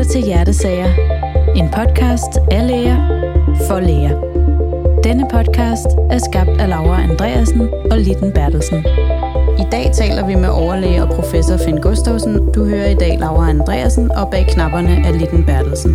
lytter til Hjertesager, en podcast af læger for læger. Denne podcast er skabt af Laura Andreasen og Litten Bertelsen. I dag taler vi med overlæge og professor Finn Gustavsen. Du hører i dag Laura Andreasen, og bag knapperne er Litten Bertelsen.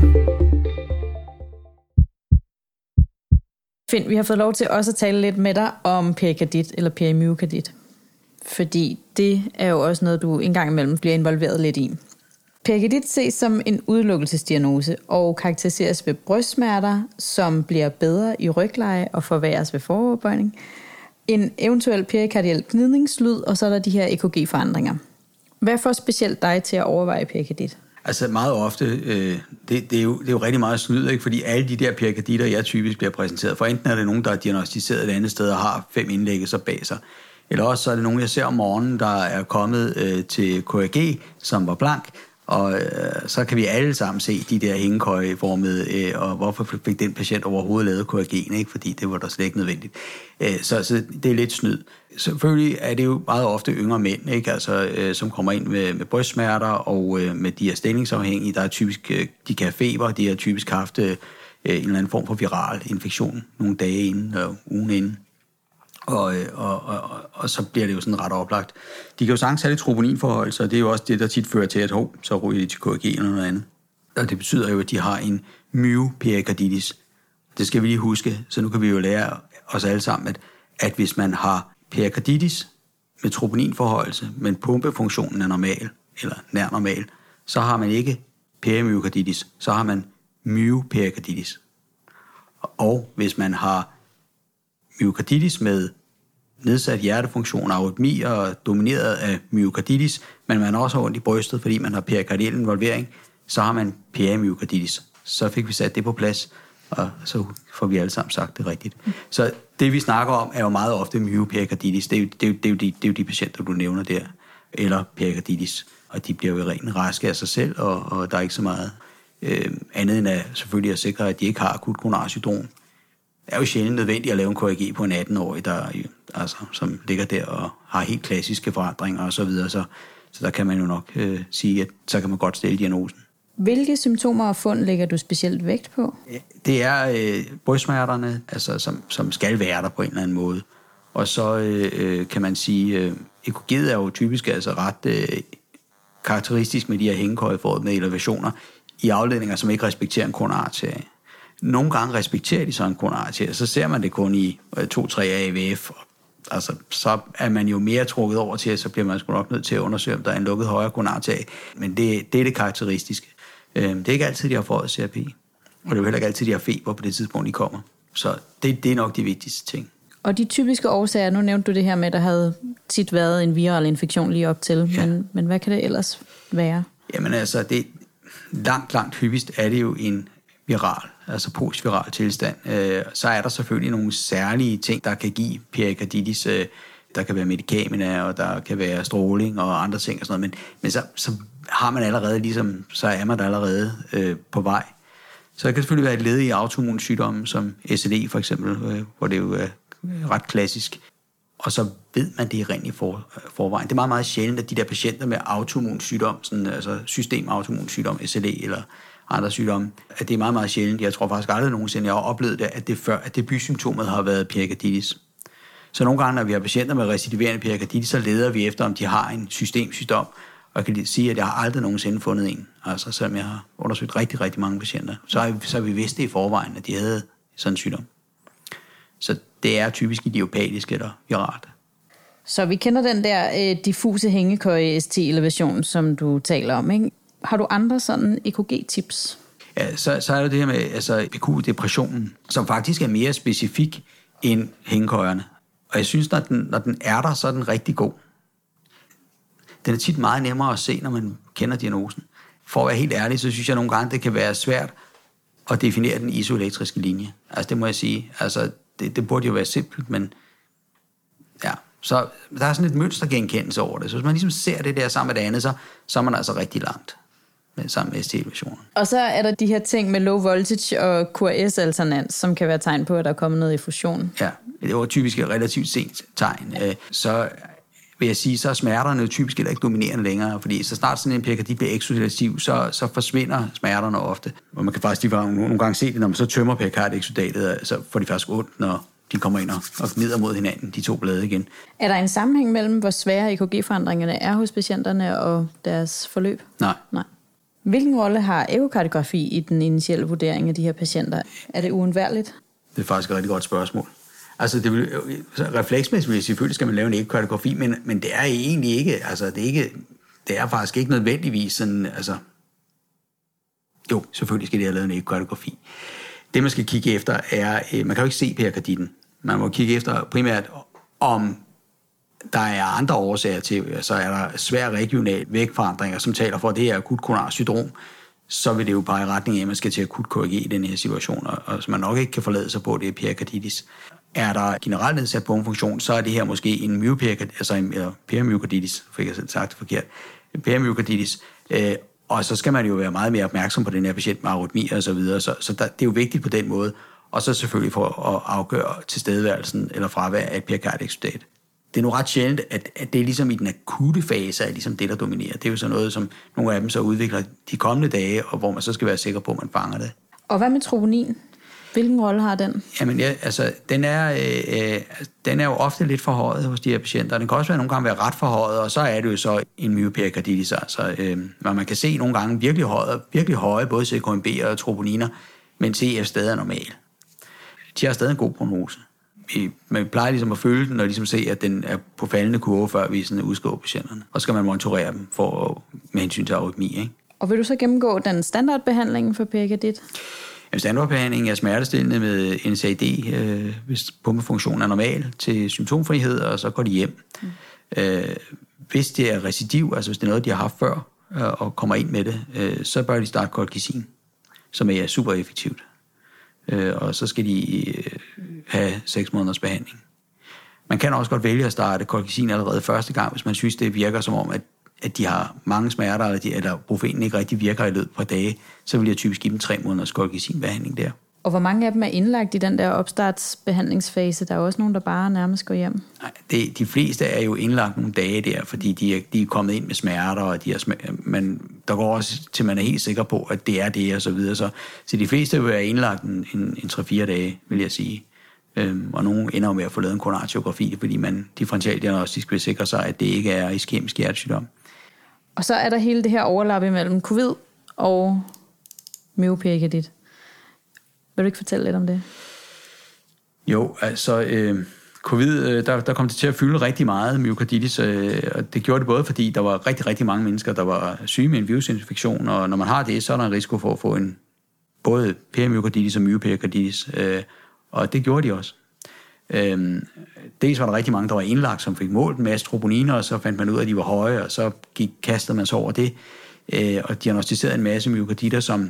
Finn, vi har fået lov til også at tale lidt med dig om perikardit eller perimyokardit. Fordi det er jo også noget, du en gang imellem bliver involveret lidt i. Perikardit ses som en udelukkelsesdiagnose og karakteriseres ved brystsmerter, som bliver bedre i rygleje og forværres ved foroverbøjning. En eventuel perikardiel gnidningslyd, og så er der de her EKG-forandringer. Hvad får specielt dig til at overveje perikardit? Altså meget ofte, det er jo rigtig meget snyd, ikke? Fordi alle de der perikarditter, jeg typisk bliver præsenteret for, enten er det nogen, der er diagnosticeret et andet sted og har 5 indlæggelser bag sig, eller også så er det nogen, jeg ser om morgenen, der er kommet til KAG, som var blank, og så kan vi alle sammen se de der hængekøjeformede, og hvorfor fik den patient overhovedet lavet KAG'en, ikke? Fordi det var da slet ikke nødvendigt. Så det er lidt snyd. Selvfølgelig er det jo meget ofte yngre mænd, ikke? Altså, som kommer ind med brystsmerter og med de her stillingsafhængige. Der er typisk, de kan have feber, de har typisk haft en eller anden form for viral infektion nogle dage inden, ugen inden. Og så bliver det jo sådan ret oplagt. De kan jo sagtens have lidt troponinforhold, så det er jo også det, der tit fører til, at så ryger de til KAG eller noget andet. Og det betyder jo, at de har en myoperikarditis. Det skal vi lige huske, så nu kan vi jo lære os alle sammen, at hvis man har perikarditis med troponinforholdelse, men pumpefunktionen er normal, eller nær normal, så har man ikke perimyokarditis, så har man myoperikarditis. Og hvis man har myokarditis med nedsat hjertefunktion, arytmi og domineret af myokarditis, men man også har ondt i brystet, fordi man har perikardiel involvering, så har man perimyokarditis. Så fik vi sat det på plads, og så får vi alle sammen sagt det rigtigt. Så det vi snakker om er jo meget ofte myoperikarditis. Det er jo de patienter, du nævner der, eller perikarditis, og de bliver jo rent raske af sig selv, og der er ikke så meget andet end at selvfølgelig at sikre, at de ikke har akut koronarisk syndrom. Det er jo sjældent nødvendigt at lave en KAG på en 18-årig, som ligger der og har helt klassiske forandringer og så videre. Så der kan man jo nok sige, at så kan man godt stille diagnosen. Hvilke symptomer og fund lægger du specielt vægt på? Det er brystsmerterne, altså, som skal være der på en eller anden måde. Og så kan man sige, EKG'et er jo typisk altså ret karakteristisk med de her hængekøjeformede elevationer i afledninger, som ikke respekterer en koronararterie. Nogle gange respekterer de så en koronararterie, så ser man det kun i 2-3 AVF. Altså, så er man jo mere trukket over til, så bliver man sgu nok nødt til at undersøge, om der er en lukket højre koronararterie. Men det er det karakteristiske. Det er ikke altid, de har fået CRP. Og det er jo heller ikke altid, de har feber på det tidspunkt, de kommer. Så det er nok de vigtigste ting. Og de typiske årsager, nu nævnte du det her med, at der havde tit været en viral infektion lige op til. Ja. Men hvad kan det ellers være? Jamen altså, det langt hyppigst er det jo en viral, altså postviral tilstand. Så er der selvfølgelig nogle særlige ting, der kan give perikarditis. Der kan være medikamenter, og der kan være stråling og andre ting og sådan noget. Men så har man allerede ligesom, så er man der allerede på vej. Så det kan selvfølgelig være et led i autoimmune sygdomme, som SLE for eksempel, hvor det jo er ret klassisk. Og så ved man det rent i forvejen. Det er meget, meget sjældent, at de der patienter med autoimmun sygdom, sådan, altså systemautoimmun sygdom, SLE eller andre sygdomme, at det er meget, meget sjældent. Jeg tror faktisk aldrig nogensinde, jeg har oplevet det, at det før, at debutsymptomet har været perikarditis. Så nogle gange, når vi har patienter med recidiverende perikarditis, så leder vi efter, om de har en systemsygdom, og jeg kan sige, at jeg har aldrig nogensinde fundet en. Altså, selvom jeg har undersøgt rigtig, rigtig mange patienter, så har vi vidst det i forvejen, at de havde sådan en sygdom. Så det er typisk idiopatisk eller viralt. Så vi kender den der diffuse hængekøje-ST-elevation, som du taler om, ikke? Har du andre sådan EKG-tips? Ja, så er det her med altså PQ-depressionen, som faktisk er mere specifik end hængekøjerne. Og jeg synes, når den er der, så er den rigtig god. Den er tit meget nemmere at se, når man kender diagnosen. For at være helt ærlig, så synes jeg nogle gange, det kan være svært at definere den isoelektriske linje. Altså det må jeg sige. Altså det burde jo være simpelt, men ja. Så der er sådan et mønstergenkendelse over det. Så hvis man ligesom ser det der sammen med det andet, så er man altså rigtig langt sammen med ST-elevationen. Og så er der de her ting med low voltage og QRS-alternans, som kan være tegn på, at der er kommet noget effusion. Ja, det var typisk et relativt sent tegn. Så vil jeg sige, så er smerterne jo typisk ikke dominerende længere, fordi så snart sådan en perikardit bliver eksudativ, så forsvinder smerterne ofte. Og man kan faktisk nogle gange se det, når man så tømmer perikardeksudatet, så får de faktisk ondt, når de kommer ind og gnider mod hinanden, de to blade igen. Er der en sammenhæng mellem, hvor svære EKG-forandringerne er hos patienterne og deres forløb? Nej. Hvilken rolle har ekokardiografi i den initielle vurdering af de her patienter? Er det uundværligt? Det er faktisk et rigtig godt spørgsmål. Altså, refleksmæssigt vil jeg selvfølgelig skal man lave en ekokardiografi, men det er egentlig ikke, altså det er faktisk ikke nødvendigvis sådan, altså, jo, selvfølgelig skal det have lavet en ekokardiografi. Det, man skal kigge efter, er, man kan jo ikke se perikarditten. Man må kigge efter primært, om der er andre årsager til, så er der svær regional vægtforandringer, som taler for, at det er akut koronar syndrom, så vil det jo bare i retning af, at man skal til akut KRG i den her situation, og så man nok ikke kan forlade sig på, at det er perikarditis. Er der generelt nedsat punktfunktion, så er det her måske en myoperikarditis, altså perimyokarditis, fik jeg selv sagt forkert, perimyokarditis, og så skal man jo være meget mere opmærksom på den her patient med arytmi og så videre, så det er jo vigtigt på den måde, og så selvfølgelig for at afgøre tilstedeværelsen eller fravær af et perikardeksudat. Det er nu ret sjældent, at det er ligesom i den akutte fase er ligesom det, der dominerer. Det er jo så noget, som nogle af dem så udvikler de kommende dage, og hvor man så skal være sikker på, at man fanger det. Og hvad med troponin? Hvilken rolle har den? Jamen, den er jo ofte lidt forhøjet hos de her patienter. Den kan også nogle gange være ret forhøjet, og så er det jo så en myoperikarditis. Hvor man kan se nogle gange virkelig høje, både CKMB og troponiner, men CF stadig er normal. De har stadig en god prognose. Man plejer ligesom at følge den, og ligesom se, at den er på faldende kurve, før vi sådan udskriver patienterne. Og så skal man monitorere dem med hensyn til arytmi, ikke? Og vil du så gennemgå den standardbehandling for perikardit? Standardbehandling er smertestillende med NSAID, hvis pumpefunktionen er normal, til symptomfrihed, og så går de hjem. Hvis det er recidiv, altså hvis det er noget, de har haft før, og kommer ind med det, så bør de starte colchicin, som er super effektivt. Og så skal de have 6 måneders behandling. Man kan også godt vælge at starte colchicin allerede første gang, hvis man synes, det virker som om, at de har mange smerter, eller brufenen ikke rigtig virker i løbet af et par dage, så vil jeg typisk give dem 3 måneders colchicin-behandling der. Og hvor mange af dem er indlagt i den der opstartsbehandlingsfase? Der er også nogen, der bare nærmest går hjem. Nej, de fleste er jo indlagt nogle dage der, fordi de er kommet ind med smerter, og men der går også til, man er helt sikker på, at det er det, og så videre. Så de fleste vil være indlagt en 3-4 dage, vil jeg sige. Og nogle ender med at få lavet en koronartografi, fordi man differentialdiagnostisk vil sikre sig, at det ikke er iskemisk hjertesygdom. Og så er der hele det her overlap imellem covid og myoperikarditis. Vil du ikke fortælle lidt om det? Jo, altså covid, der kom det til at fylde rigtig meget myokarditis, og det gjorde det både, fordi der var rigtig, rigtig mange mennesker, der var syge med en virusinfektion, og når man har det, så er der en risiko for at få en både perimyokarditis og myoperikarditis, og det gjorde de også. Dels var der rigtig mange, der var indlagt, som fik målt en masse troponiner, og så fandt man ud af, at de var høje, og så kastede man sig over det, og diagnostiserede en masse myokarditter, som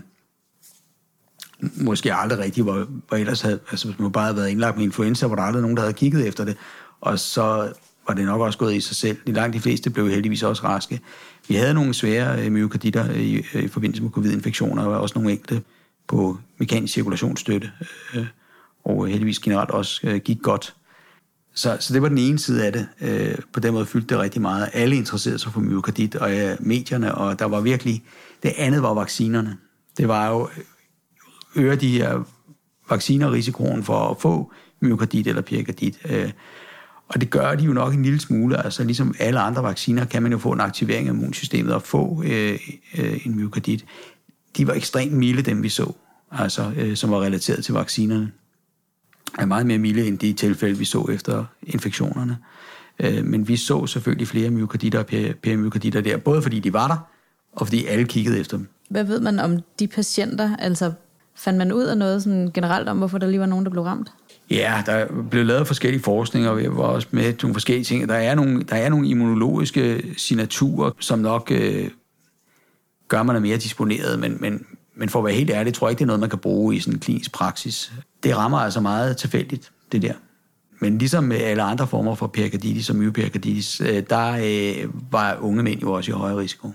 måske aldrig rigtig var ellers havde, altså hvis man bare havde været indlagt med influenza, var der aldrig nogen, der havde kigget efter det, og så var det nok også gået i sig selv. Langt de fleste blev heldigvis også raske. Vi havde nogle svære myokarditter i forbindelse med covid-infektioner, og også nogle enkelte på mekanisk cirkulationsstøtte, og heldigvis generelt også gik godt. Så det var den ene side af det. På den måde fyldte det rigtig meget. Alle interesserede sig for myokardit og medierne, og der var virkelig... Det andet var vaccinerne. Det var jo øger de her vacciner risikoen for at få myokardit eller perikardit. Og det gør de jo nok en lille smule. Altså ligesom alle andre vacciner kan man jo få en aktivering af immunsystemet og få en myokardit. De var ekstremt milde, dem vi så, altså som var relateret til vaccinerne. Er meget mere milde end de tilfælde, vi så efter infektionerne. Men vi så selvfølgelig flere myokarditter og perimyokarditter der, både fordi de var der, og fordi alle kiggede efter dem. Hvad ved man om de patienter? Altså, fandt man ud af noget sådan generelt om, hvorfor der lige var nogen, der blev ramt? Ja, der blev lavet forskellige forskninger, og vi var også med nogle forskellige ting. Der er nogle immunologiske signaturer, som nok gør man mere disponeret, men for at være helt ærlig, tror jeg ikke, det er noget, man kan bruge i sådan en klinisk praksis. Det rammer altså meget tilfældigt, det der. Men ligesom med alle andre former for perikarditis og myoperikarditis, der var unge mænd jo også i højere risiko.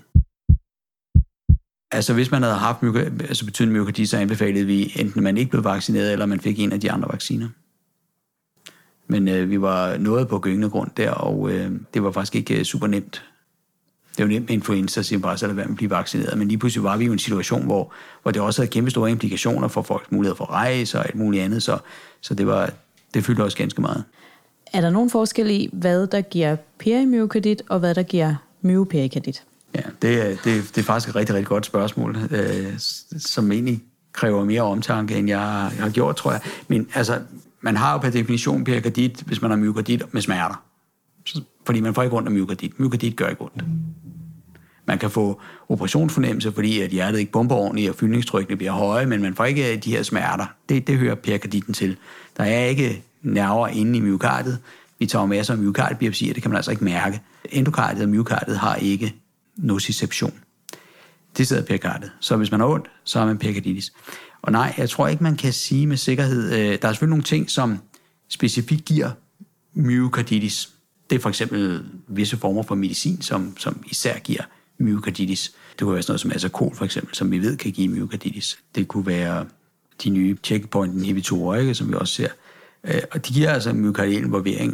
Altså hvis man havde haft betydende myokarditis, så anbefalede vi enten man ikke blev vaccineret, eller man fik en af de andre vacciner. Men vi var noget på gyngende grund der, og det var faktisk ikke super nemt. Det var nemt med influenza, så bare så lade være med at blive vaccineret. Men lige pludselig var vi jo i en situation, hvor det også havde kæmpe store implikationer for folks mulighed for rejse og alt muligt andet. Så det fyldte også ganske meget. Er der nogen forskel i, hvad der giver perimyokardit, og hvad der giver myoperikardit? Ja, det er faktisk et rigtig, rigtig godt spørgsmål, som egentlig kræver mere omtanke, end jeg har gjort, tror jeg. Men altså, man har jo per definition perikardit, hvis man har myokardit med smerter. Fordi man får ikke ondt af myokardit. Myokardit gør ikke ondt. Man kan få operationsfornemmelse, fordi at hjertet ikke bomber ordentligt, og fyldningstrykkene bliver høje, men man får ikke de her smerter. Det hører perikarditten til. Der er ikke nerver inde i myokardet. Vi tager masser af myokardbiopsi, og det kan man altså ikke mærke. Endokardet og myokardet har ikke nociception. Det sidder perikardet. Så hvis man har ondt, så har man perikarditis. Og nej, jeg tror ikke, man kan sige med sikkerhed. Der er selvfølgelig nogle ting, som specifikt giver myokarditis. Det er for eksempel visse former for medicin, som især giver myokarditis. Det kunne være sådan noget som Asacol for eksempel, som vi ved kan give myokarditis. Det kunne være de nye checkpoint-inhibitorer, ikke, som vi også ser. Og de giver altså myokardial involvering.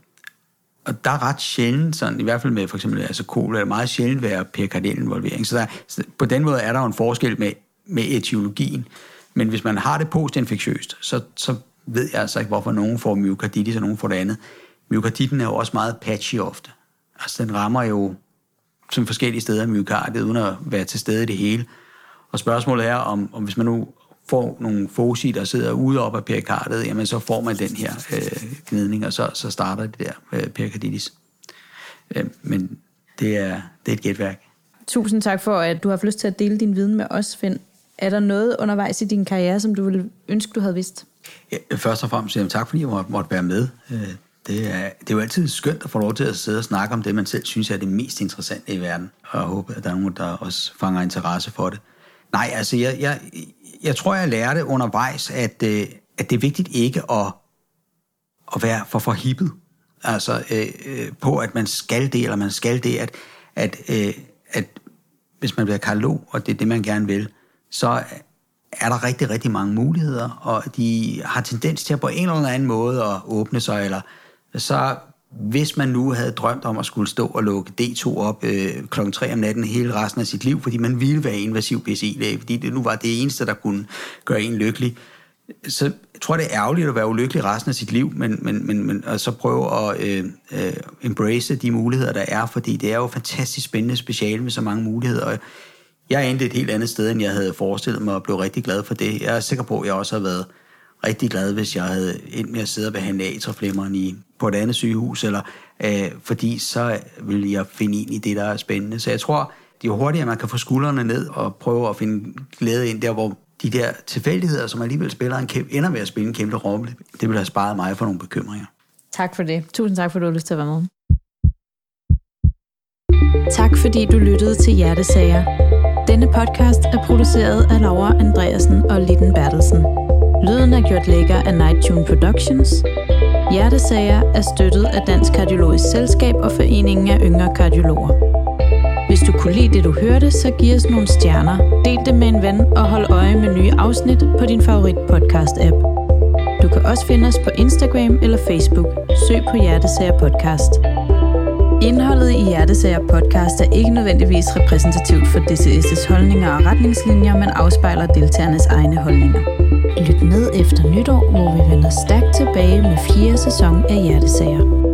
Og der er ret sjældent, sådan, i hvert fald med for eksempel Asacol, er det meget sjældent være perikardial involvering. Så på den måde er der jo en forskel med etiologien. Men hvis man har det postinfektiøst, så ved jeg altså ikke, hvorfor nogen får myokarditis, og nogen får det andet. Myokarditten er jo også meget patchy ofte. Altså den rammer jo som forskellige steder af myokardet, uden at være til stede i det hele. Og spørgsmålet er, om hvis man nu får nogle foci, der sidder ude op af perikardet, jamen så får man den her gnidning, og så starter det der perikarditis. Men det er et gætværk. Tusind tak for, at du har haft lyst til at dele din viden med os, Finn. Er der noget undervejs i din karriere, som du ville ønske, du havde vidst? Ja, først og fremmest tak, fordi jeg måtte være med. Det er jo altid skønt at få lov til at sidde og snakke om det, man selv synes er det mest interessante i verden, og jeg håber, at der er nogen, der også fanger interesse for det. Nej, altså jeg tror, jeg lærte undervejs, at det er vigtigt ikke at være for hippet. Altså på, at man skal det, eller man skal det, at hvis man bliver kardiolog, og det er det, man gerne vil, så er der rigtig, rigtig mange muligheder, og de har tendens til at på en eller anden måde at åbne sig, eller så hvis man nu havde drømt om at skulle stå og lukke D2 op klokken 3 om natten hele resten af sit liv, fordi man ville være invasiv PCI-læge, fordi det nu var det eneste, der kunne gøre en lykkelig, så jeg tror, det er ærgerligt at være ulykkelig resten af sit liv, men og så prøve at embrace de muligheder, der er, fordi det er jo fantastisk spændende speciale med så mange muligheder, og jeg endte et helt andet sted, end jeg havde forestillet mig, og blev rigtig glad for det. Jeg er sikker på, at jeg også havde været rigtig glad, hvis jeg havde endt med at sidde og behandle atrieflimmeren på et andet sygehus, eller fordi så ville jeg finde ind i det, der er spændende. Så jeg tror, jo hurtigere man kan få skuldrene ned og prøve at finde glæde ind der, hvor de der tilfældigheder, som alligevel ender med at spille en kæmpe rolle, det vil have sparet mig for nogle bekymringer. Tak for det. Tusind tak, for at du har lyst til at være med. Tak fordi du lyttede til Hjertesager. Denne podcast er produceret af Laura Andreasen og Litten Bertelsen. Lyden er gjort lækker af Nighttune Productions. Hjertesager er støttet af Dansk Kardiologisk Selskab og Foreningen af Yngre Kardiologer. Hvis du kunne lide det, du hørte, så giv os nogle stjerner, del det med en ven og hold øje med nye afsnit på din favorit podcast-app. Du kan også finde os på Instagram eller Facebook. Søg på Hjertesager Podcast. Indholdet i Hjertesager Podcast er ikke nødvendigvis repræsentativt for DCS's holdninger og retningslinjer, men afspejler deltagernes egne holdninger. Lyt med efter nytår, hvor vi vender stærkt tilbage med 4. sæson af Hjertesager.